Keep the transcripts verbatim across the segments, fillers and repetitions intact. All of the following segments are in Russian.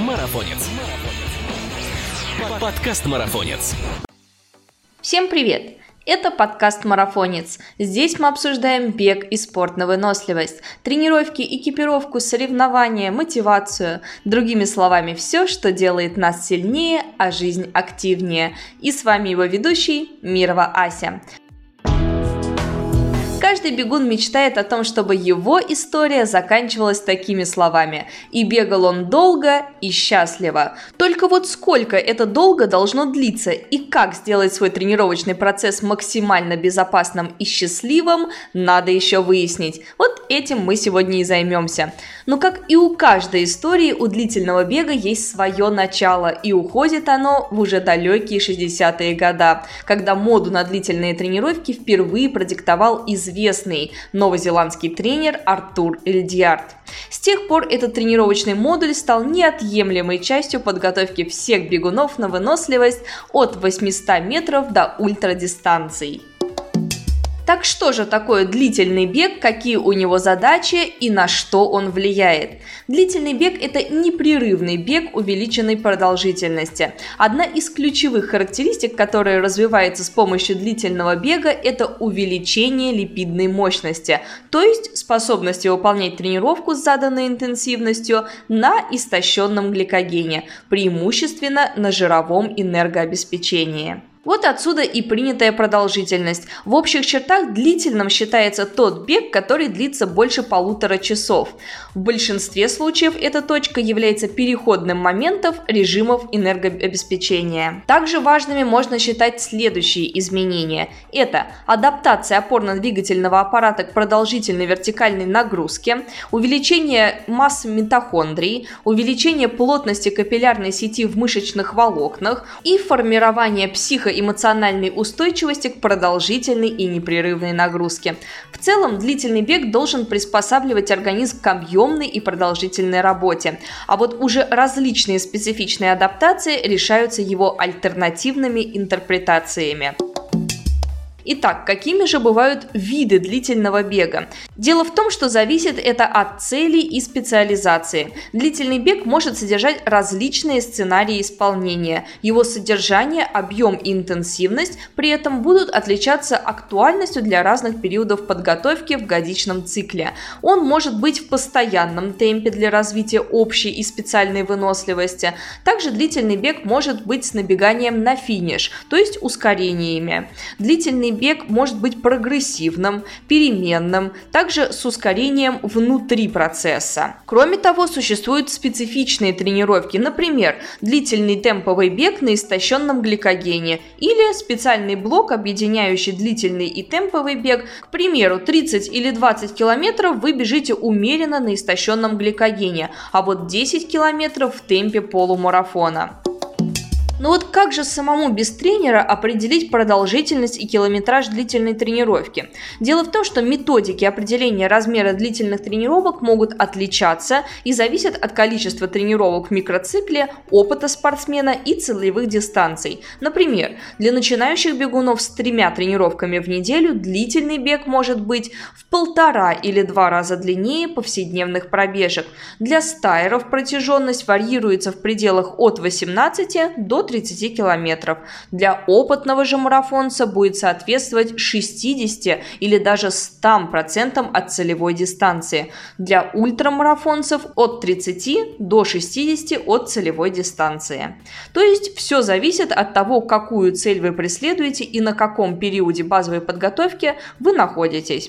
Марафонец. Подкаст «Марафонец». Всем привет! Это подкаст «Марафонец». Здесь мы обсуждаем бег и спорт на выносливость, тренировки, экипировку, соревнования, мотивацию. Другими словами, все, что делает нас сильнее, а жизнь активнее. И с вами его ведущий Мирова Ася. Каждый бегун мечтает о том, чтобы его история заканчивалась такими словами: «И бегал он долго и счастливо». Только вот сколько это долго должно длиться и как сделать свой тренировочный процесс максимально безопасным и счастливым, надо еще выяснить. Вот этим мы сегодня и займемся. Но как и у каждой истории, у длительного бега есть свое начало, и уходит оно в уже далекие шестидесятые года, когда моду на длительные тренировки впервые продиктовал известный известный новозеландский тренер Артур Эльдьярд. С тех пор этот тренировочный модуль стал неотъемлемой частью подготовки всех бегунов на выносливость от восьмисот метров до ультрадистанций. Так что же такое длительный бег, какие у него задачи и на что он влияет? Длительный бег – это непрерывный бег увеличенной продолжительности. Одна из ключевых характеристик, которая развивается с помощью длительного бега – это увеличение липидной мощности, то есть способности выполнять тренировку с заданной интенсивностью на истощенном гликогене, преимущественно на жировом энергообеспечении. Вот отсюда и принятая продолжительность. В общих чертах длительным считается тот бег, который длится больше полутора часов. В большинстве случаев эта точка является переходным моментом режимов энергообеспечения. Также важными можно считать следующие изменения. Это адаптация опорно-двигательного аппарата к продолжительной вертикальной нагрузке, увеличение массы митохондрий, увеличение плотности капиллярной сети в мышечных волокнах и формирование психо эмоциональной устойчивости к продолжительной и непрерывной нагрузке. В целом, длительный бег должен приспосабливать организм к объемной и продолжительной работе, а вот уже различные специфичные адаптации решаются его альтернативными интерпретациями. Итак, какими же бывают виды длительного бега? Дело в том, что зависит это от целей и специализации. Длительный бег может содержать различные сценарии исполнения. Его содержание, объем и интенсивность при этом будут отличаться актуальностью для разных периодов подготовки в годичном цикле. Он может быть в постоянном темпе для развития общей и специальной выносливости. Также длительный бег может быть с набеганием на финиш, то есть ускорениями. Длительный бег может быть прогрессивным, переменным, также с ускорением внутри процесса. Кроме того, существуют специфичные тренировки, например, длительный темповый бег на истощенном гликогене или специальный блок, объединяющий длительный и темповый бег. К примеру, тридцать или двадцать километров вы бежите умеренно на истощенном гликогене, а вот десять километров в темпе полумарафона. Но вот как же самому без тренера определить продолжительность и километраж длительной тренировки? Дело в том, что методики определения размера длительных тренировок могут отличаться и зависят от количества тренировок в микроцикле, опыта спортсмена и целевых дистанций. Например, для начинающих бегунов с тремя тренировками в неделю длительный бег может быть в полтора или два раза длиннее повседневных пробежек. Для стайеров протяженность варьируется в пределах от восемнадцати до тридцати километров. Для опытного же марафонца будет соответствовать шестидесяти или даже ста процентам от целевой дистанции. Для ультрамарафонцев от тридцати до шестидесяти от целевой дистанции. То есть все зависит от того, какую цель вы преследуете и на каком периоде базовой подготовки вы находитесь.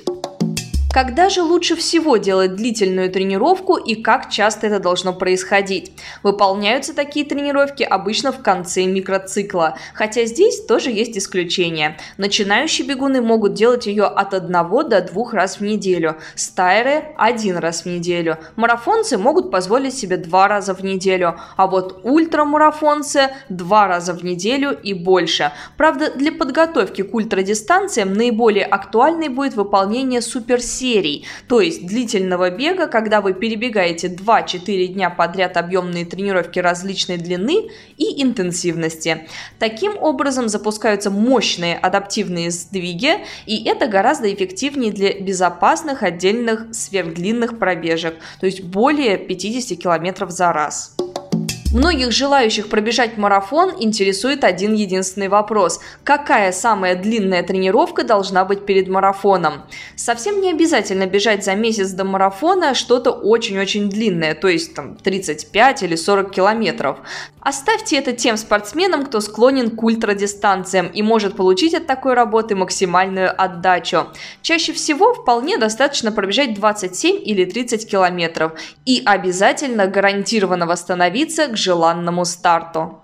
Когда же лучше всего делать длительную тренировку и как часто это должно происходить? Выполняются такие тренировки обычно в конце микроцикла, хотя здесь тоже есть исключения. Начинающие бегуны могут делать ее от одного до двух раз в неделю, стайеры – один раз в неделю, марафонцы могут позволить себе два раза в неделю, а вот ультрамарафонцы – два раза в неделю и больше. Правда, для подготовки к ультрадистанциям наиболее актуальной будет выполнение суперсерий, то есть длительного бега, когда вы перебегаете два-четыре дня подряд объемные тренировки различной длины и интенсивности. Таким образом запускаются мощные адаптивные сдвиги, и это гораздо эффективнее для безопасных отдельных сверхдлинных пробежек, то есть более пятидесяти километров за раз. Многих желающих пробежать марафон интересует один единственный вопрос: какая самая длинная тренировка должна быть перед марафоном? Совсем не обязательно бежать за месяц до марафона что-то очень-очень длинное, то есть там тридцать пять или сорок километров. Оставьте это тем спортсменам, кто склонен к ультрадистанциям и может получить от такой работы максимальную отдачу. Чаще всего вполне достаточно пробежать двадцать семь или тридцать километров и обязательно гарантированно восстановиться к желанному старту.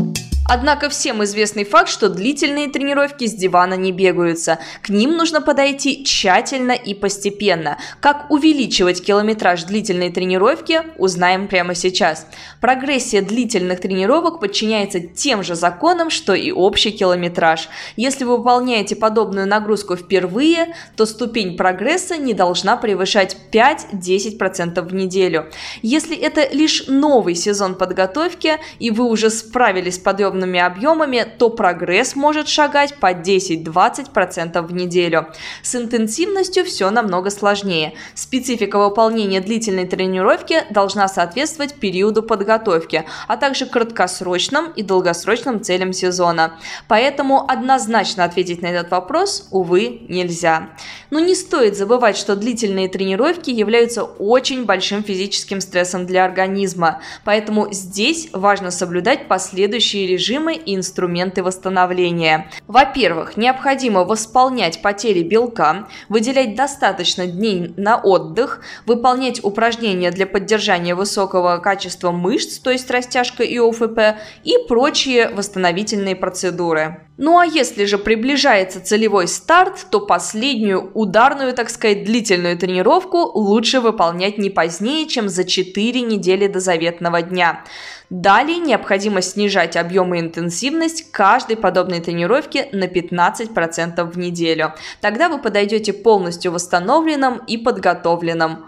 Однако всем известный факт, что длительные тренировки с дивана не бегаются. К ним нужно подойти тщательно и постепенно. Как увеличивать километраж длительной тренировки, узнаем прямо сейчас. Прогрессия длительных тренировок подчиняется тем же законам, что и общий километраж. Если вы выполняете подобную нагрузку впервые, то ступень прогресса не должна превышать пять-десять процентов в неделю. Если это лишь новый сезон подготовки и вы уже справились с подъемным объемами, то прогресс может шагать по десять-двадцать процентов в неделю. С интенсивностью все намного сложнее. Специфика выполнения длительной тренировки должна соответствовать периоду подготовки, а также краткосрочным и долгосрочным целям сезона. Поэтому однозначно ответить на этот вопрос, увы, нельзя. Но не стоит забывать, что длительные тренировки являются очень большим физическим стрессом для организма, поэтому здесь важно соблюдать последующие режимы режимы и инструменты восстановления. Во-первых, необходимо восполнять потери белка, выделять достаточно дней на отдых, выполнять упражнения для поддержания высокого качества мышц, то есть растяжка и о эф пэ, и прочие восстановительные процедуры. Ну а если же приближается целевой старт, то последнюю ударную, так сказать, длительную тренировку лучше выполнять не позднее, чем за четыре недели до заветного дня. Далее необходимо снижать объем и интенсивность каждой подобной тренировки на пятнадцать процентов в неделю. Тогда вы подойдете полностью восстановленным и подготовленным.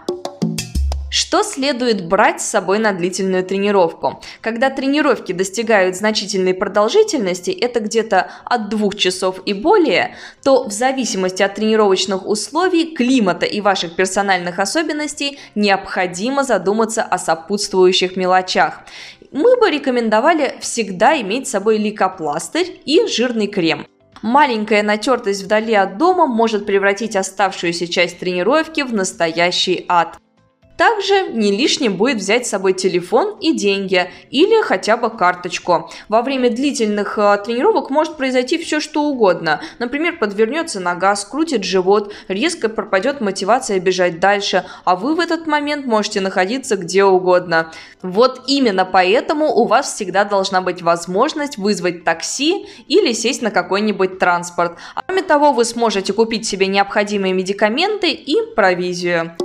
Что следует брать с собой на длительную тренировку? Когда тренировки достигают значительной продолжительности, это где-то от двух часов и более, то в зависимости от тренировочных условий, климата и ваших персональных особенностей необходимо задуматься о сопутствующих мелочах. Мы бы рекомендовали всегда иметь с собой лейкопластырь и жирный крем. Маленькая натертость вдали от дома может превратить оставшуюся часть тренировки в настоящий ад. Также не лишним будет взять с собой телефон и деньги, или хотя бы карточку. Во время длительных э, тренировок может произойти все что угодно. Например, подвернется нога, скрутит живот, резко пропадет мотивация бежать дальше, а вы в этот момент можете находиться где угодно. Вот именно поэтому у вас всегда должна быть возможность вызвать такси или сесть на какой-нибудь транспорт. А кроме того, вы сможете купить себе необходимые медикаменты и провизию.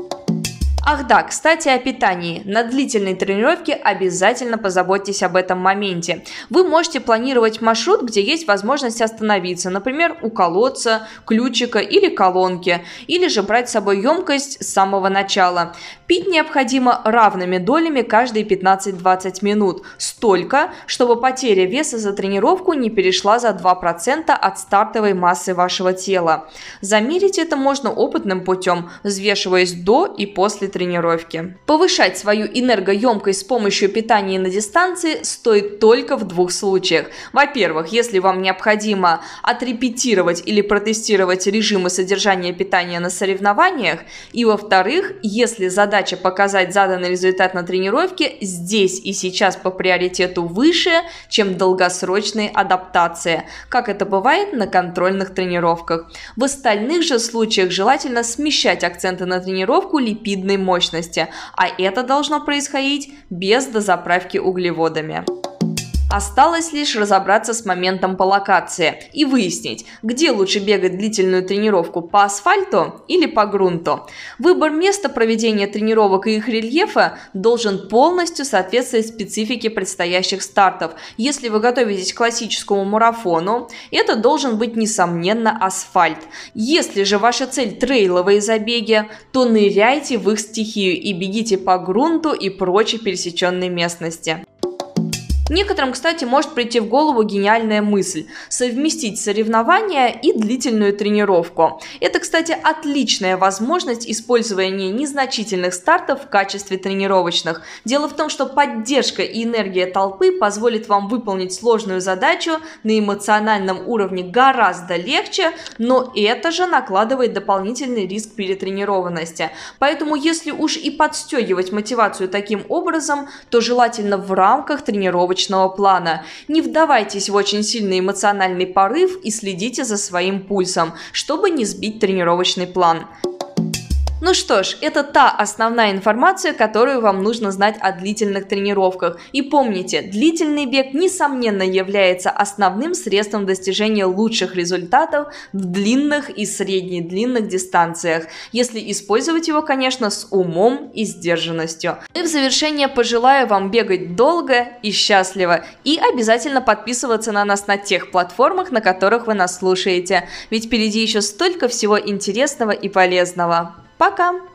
Ах да, кстати, о питании. На длительной тренировке обязательно позаботьтесь об этом моменте. Вы можете планировать маршрут, где есть возможность остановиться, например, у колодца, ключика или колонки, или же брать с собой емкость с самого начала. Пить необходимо равными долями каждые пятнадцать-двадцать минут, столько, чтобы потеря веса за тренировку не перешла за два процента от стартовой массы вашего тела. Замерить это можно опытным путем, взвешиваясь до и после тренировки. Повышать свою энергоемкость с помощью питания на дистанции стоит только в двух случаях. Во-первых, если вам необходимо отрепетировать или протестировать режимы содержания питания на соревнованиях, и во-вторых, если задача показать заданный результат на тренировке здесь и сейчас по приоритету выше, чем долгосрочные адаптации, как это бывает на контрольных тренировках. В остальных же случаях желательно смещать акценты на тренировку липидной мощности, а это должно происходить без дозаправки углеводами. Осталось лишь разобраться с моментом по локации и выяснить, где лучше бегать длительную тренировку, по асфальту или по грунту. Выбор места проведения тренировок и их рельефа должен полностью соответствовать специфике предстоящих стартов. Если вы готовитесь к классическому марафону, это должен быть, несомненно, асфальт. Если же ваша цель трейловые забеги, то ныряйте в их стихию и бегите по грунту и прочей пересеченной местности. Некоторым, кстати, может прийти в голову гениальная мысль – совместить соревнования и длительную тренировку. Это, кстати, отличная возможность использования незначительных стартов в качестве тренировочных. Дело в том, что поддержка и энергия толпы позволит вам выполнить сложную задачу на эмоциональном уровне гораздо легче, но это же накладывает дополнительный риск перетренированности. Поэтому, если уж и подстегивать мотивацию таким образом, то желательно в рамках тренировочного плана. Не вдавайтесь в очень сильный эмоциональный порыв и следите за своим пульсом, чтобы не сбить тренировочный план. Ну что ж, это та основная информация, которую вам нужно знать о длительных тренировках. И помните, длительный бег, несомненно, является основным средством достижения лучших результатов в длинных и средне-длинных дистанциях, если использовать его, конечно, с умом и сдержанностью. И в завершение пожелаю вам бегать долго и счастливо, и обязательно подписываться на нас на тех платформах, на которых вы нас слушаете, ведь впереди еще столько всего интересного и полезного. Пока!